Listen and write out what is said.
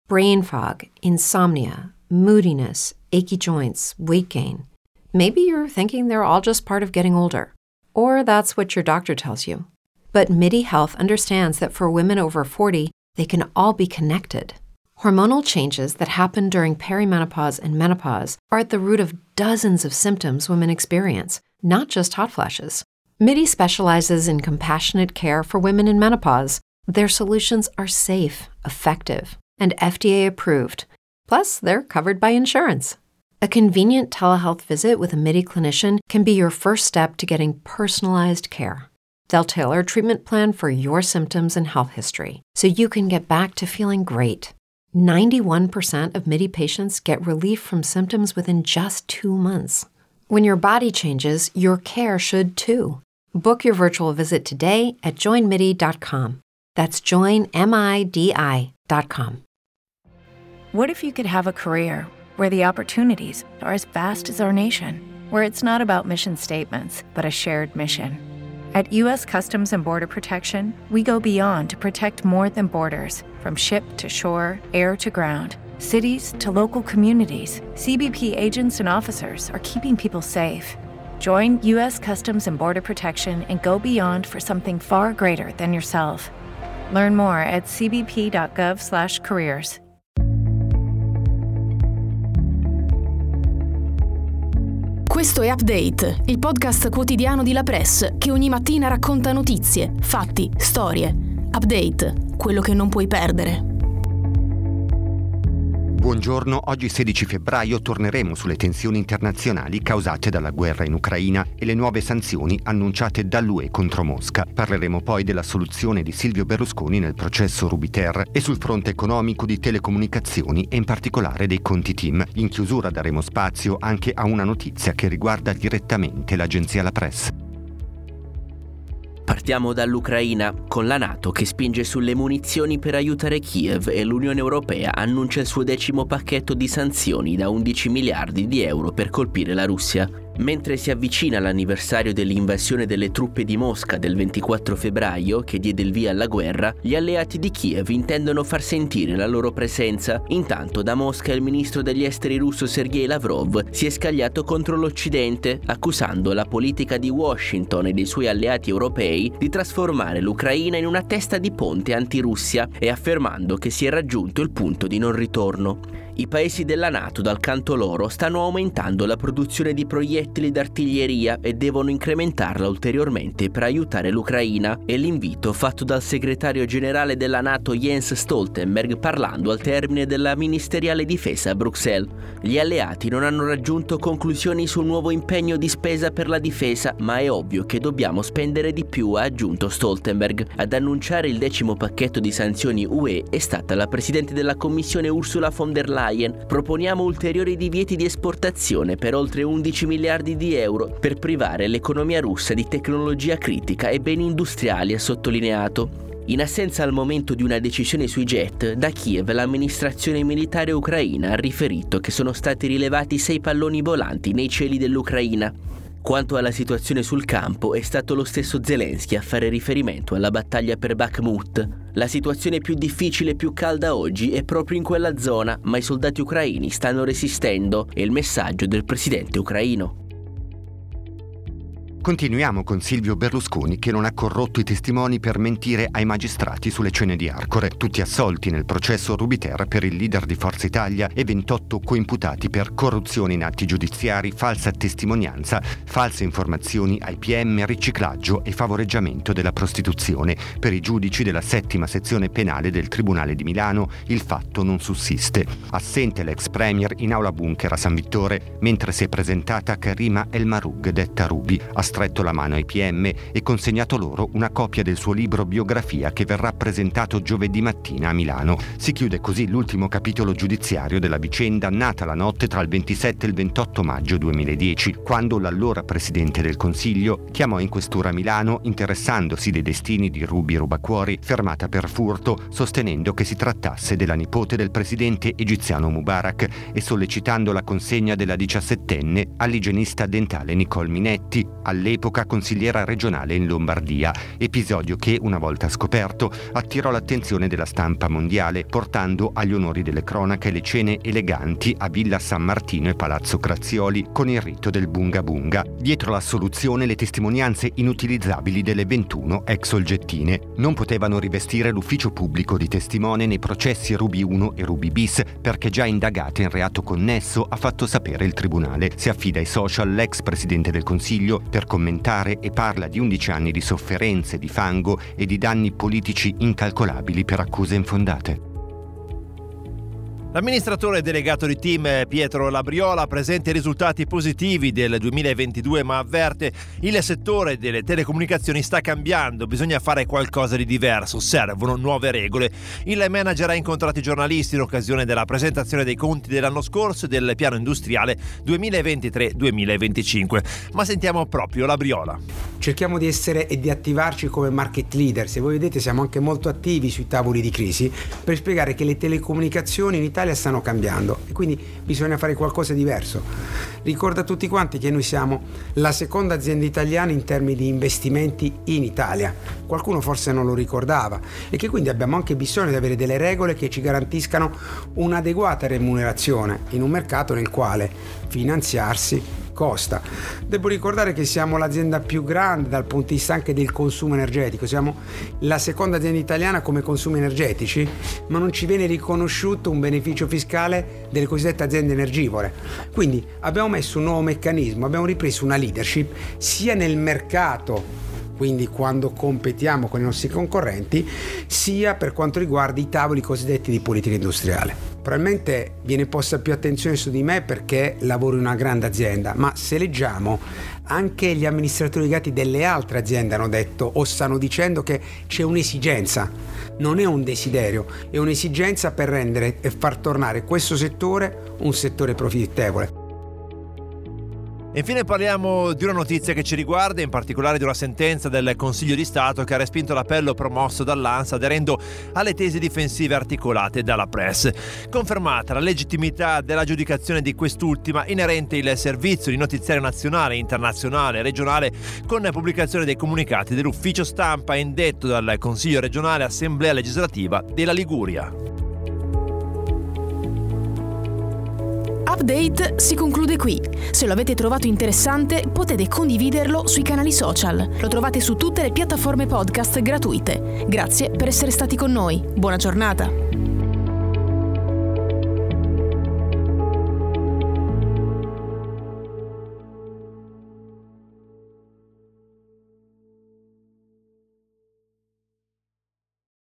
brain fog, insomnia, moodiness, achy joints, weight gain. Maybe you're thinking they're all just part of getting older, or that's what your doctor tells you. But MIDI Health understands that for women over 40, they can all be connected. Hormonal changes that happen during perimenopause and menopause are at the root of dozens of symptoms women experience, not just hot flashes. MIDI specializes in compassionate care for women in menopause. Their solutions are safe, effective, and FDA approved. Plus, they're covered by insurance. A convenient telehealth visit with a MIDI clinician can be your first step to getting personalized care. They'll tailor a treatment plan for your symptoms and health history, so you can get back to feeling great. 91% of MIDI patients get relief from symptoms within just 2 months. When your body changes, your care should too. Book your virtual visit today at joinmidi.com. That's joinmidi.com. What if you could have a career where the opportunities are as vast as our nation, where it's not about mission statements, but a shared mission? At U.S. Customs and Border Protection, we go beyond to protect more than borders. From ship to shore, air to ground, cities to local communities, CBP agents and officers are keeping people safe. Join U.S. Customs and Border Protection and go beyond for something far greater than yourself. Learn more at cbp.gov/careers. Questo è Update, il podcast quotidiano di La Presse che ogni mattina racconta notizie, fatti, storie. Update, quello che non puoi perdere. Buongiorno, oggi 16 febbraio torneremo sulle tensioni internazionali causate dalla guerra in Ucraina e le nuove sanzioni annunciate dall'UE contro Mosca. Parleremo poi della soluzione di Silvio Berlusconi nel processo Rubiter e sul fronte economico di telecomunicazioni e in particolare dei conti TIM. In chiusura daremo spazio anche a una notizia che riguarda direttamente l'agenzia La Presse. Partiamo dall'Ucraina, con la NATO che spinge sulle munizioni per aiutare Kiev e l'Unione Europea annuncia il suo 10° pacchetto di sanzioni da 11 miliardi di euro per colpire la Russia. Mentre si avvicina l'anniversario dell'invasione delle truppe di Mosca del 24 febbraio, che diede il via alla guerra, gli alleati di Kiev intendono far sentire la loro presenza. Intanto da Mosca il ministro degli esteri russo Sergei Lavrov si è scagliato contro l'Occidente, accusando la politica di Washington e dei suoi alleati europei di trasformare l'Ucraina in una testa di ponte anti-Russia e affermando che si è raggiunto il punto di non ritorno. I paesi della NATO, dal canto loro, stanno aumentando la produzione di proiettili d'artiglieria e devono incrementarla ulteriormente per aiutare l'Ucraina. È l'invito fatto dal segretario generale della NATO Jens Stoltenberg parlando al termine della ministeriale difesa a Bruxelles. Gli alleati non hanno raggiunto conclusioni sul nuovo impegno di spesa per la difesa, ma è ovvio che dobbiamo spendere di più, ha aggiunto Stoltenberg. Ad annunciare il 10° pacchetto di sanzioni UE è stata la presidente della Commissione Ursula von der Leyen. Proponiamo ulteriori divieti di esportazione per oltre 11 miliardi di euro per privare l'economia russa di tecnologia critica e beni industriali, ha sottolineato. In assenza al momento di una decisione sui jet, da Kiev l'amministrazione militare ucraina ha riferito che sono stati rilevati 6 palloni volanti nei cieli dell'Ucraina. Quanto alla situazione sul campo, è stato lo stesso Zelensky a fare riferimento alla battaglia per Bakhmut. La situazione più difficile e più calda oggi è proprio in quella zona, ma i soldati ucraini stanno resistendo, è il messaggio del presidente ucraino. Continuiamo con Silvio Berlusconi che non ha corrotto i testimoni per mentire ai magistrati sulle cene di Arcore. Tutti assolti nel processo Rubiter per il leader di Forza Italia e 28 coimputati per corruzione in atti giudiziari, falsa testimonianza, false informazioni ai PM, riciclaggio e favoreggiamento della prostituzione. Per i giudici della 7ª sezione penale del Tribunale di Milano il fatto non sussiste. Assente l'ex premier in aula bunker a San Vittore, mentre si è presentata Karima El Marug, detta Ruby. Ha stretto la mano ai PM e consegnato loro una copia del suo libro biografia che verrà presentato giovedì mattina a Milano. Si chiude così l'ultimo capitolo giudiziario della vicenda nata la notte tra il 27 e il 28 maggio 2010, quando l'allora Presidente del Consiglio chiamò in questura a Milano interessandosi dei destini di Ruby Rubacuori, fermata per furto, sostenendo che si trattasse della nipote del presidente egiziano Mubarak e sollecitando la consegna della 17enne all'igienista dentale Nicole Minetti, all'epoca consigliera regionale in Lombardia, episodio che, una volta scoperto, attirò l'attenzione della stampa mondiale, portando agli onori delle cronache le cene eleganti a Villa San Martino e Palazzo Grazioli con il rito del bunga bunga. Dietro la soluzione le testimonianze inutilizzabili delle 21 ex olgettine. Non potevano rivestire l'ufficio pubblico di testimone nei processi Ruby 1 e Ruby bis perché già indagate in reato connesso, ha fatto sapere il tribunale. Si affida ai social l'ex presidente del Consiglio per commentare e parla di 11 anni di sofferenze, di fango e di danni politici incalcolabili per accuse infondate. L'amministratore delegato di TIM Pietro Labriola presenta i risultati positivi del 2022 ma avverte il settore delle telecomunicazioni sta cambiando, bisogna fare qualcosa di diverso, servono nuove regole. Il manager ha incontrato i giornalisti in occasione della presentazione dei conti dell'anno scorso e del piano industriale 2023-2025. Ma sentiamo proprio Labriola. Cerchiamo di essere e di attivarci come market leader. Se voi vedete siamo anche molto attivi sui tavoli di crisi per spiegare che le telecomunicazioni in Italia stanno cambiando e quindi bisogna fare qualcosa di diverso. Ricorda a tutti quanti che noi siamo la seconda azienda italiana in termini di investimenti in Italia. Qualcuno forse non lo ricordava e che quindi abbiamo anche bisogno di avere delle regole che ci garantiscano un'adeguata remunerazione in un mercato nel quale finanziarsi costa. Devo ricordare che siamo l'azienda più grande dal punto di vista anche del consumo energetico, siamo la seconda azienda italiana come consumi energetici, ma non ci viene riconosciuto un beneficio fiscale delle cosiddette aziende energivore. Quindi abbiamo messo un nuovo meccanismo, abbiamo ripreso una leadership sia nel mercato, quindi quando competiamo con i nostri concorrenti, sia per quanto riguarda i tavoli cosiddetti di politica industriale. Probabilmente viene posta più attenzione su di me perché lavoro in una grande azienda, ma se leggiamo anche gli amministratori legati delle altre aziende hanno detto o stanno dicendo che c'è un'esigenza, non è un desiderio, è un'esigenza per rendere e far tornare questo settore un settore profittevole. Infine parliamo di una notizia che ci riguarda, in particolare di una sentenza del Consiglio di Stato che ha respinto l'appello promosso dall'ANSA aderendo alle tesi difensive articolate dalla Press. Confermata la legittimità dell'aggiudicazione di quest'ultima inerente il servizio di notiziario nazionale, internazionale e regionale con pubblicazione dei comunicati dell'ufficio stampa indetto dal Consiglio regionale Assemblea legislativa della Liguria. Update si conclude qui. Se lo avete trovato interessante, potete condividerlo sui canali social. Lo trovate su tutte le piattaforme podcast gratuite. Grazie per essere stati con noi. Buona giornata.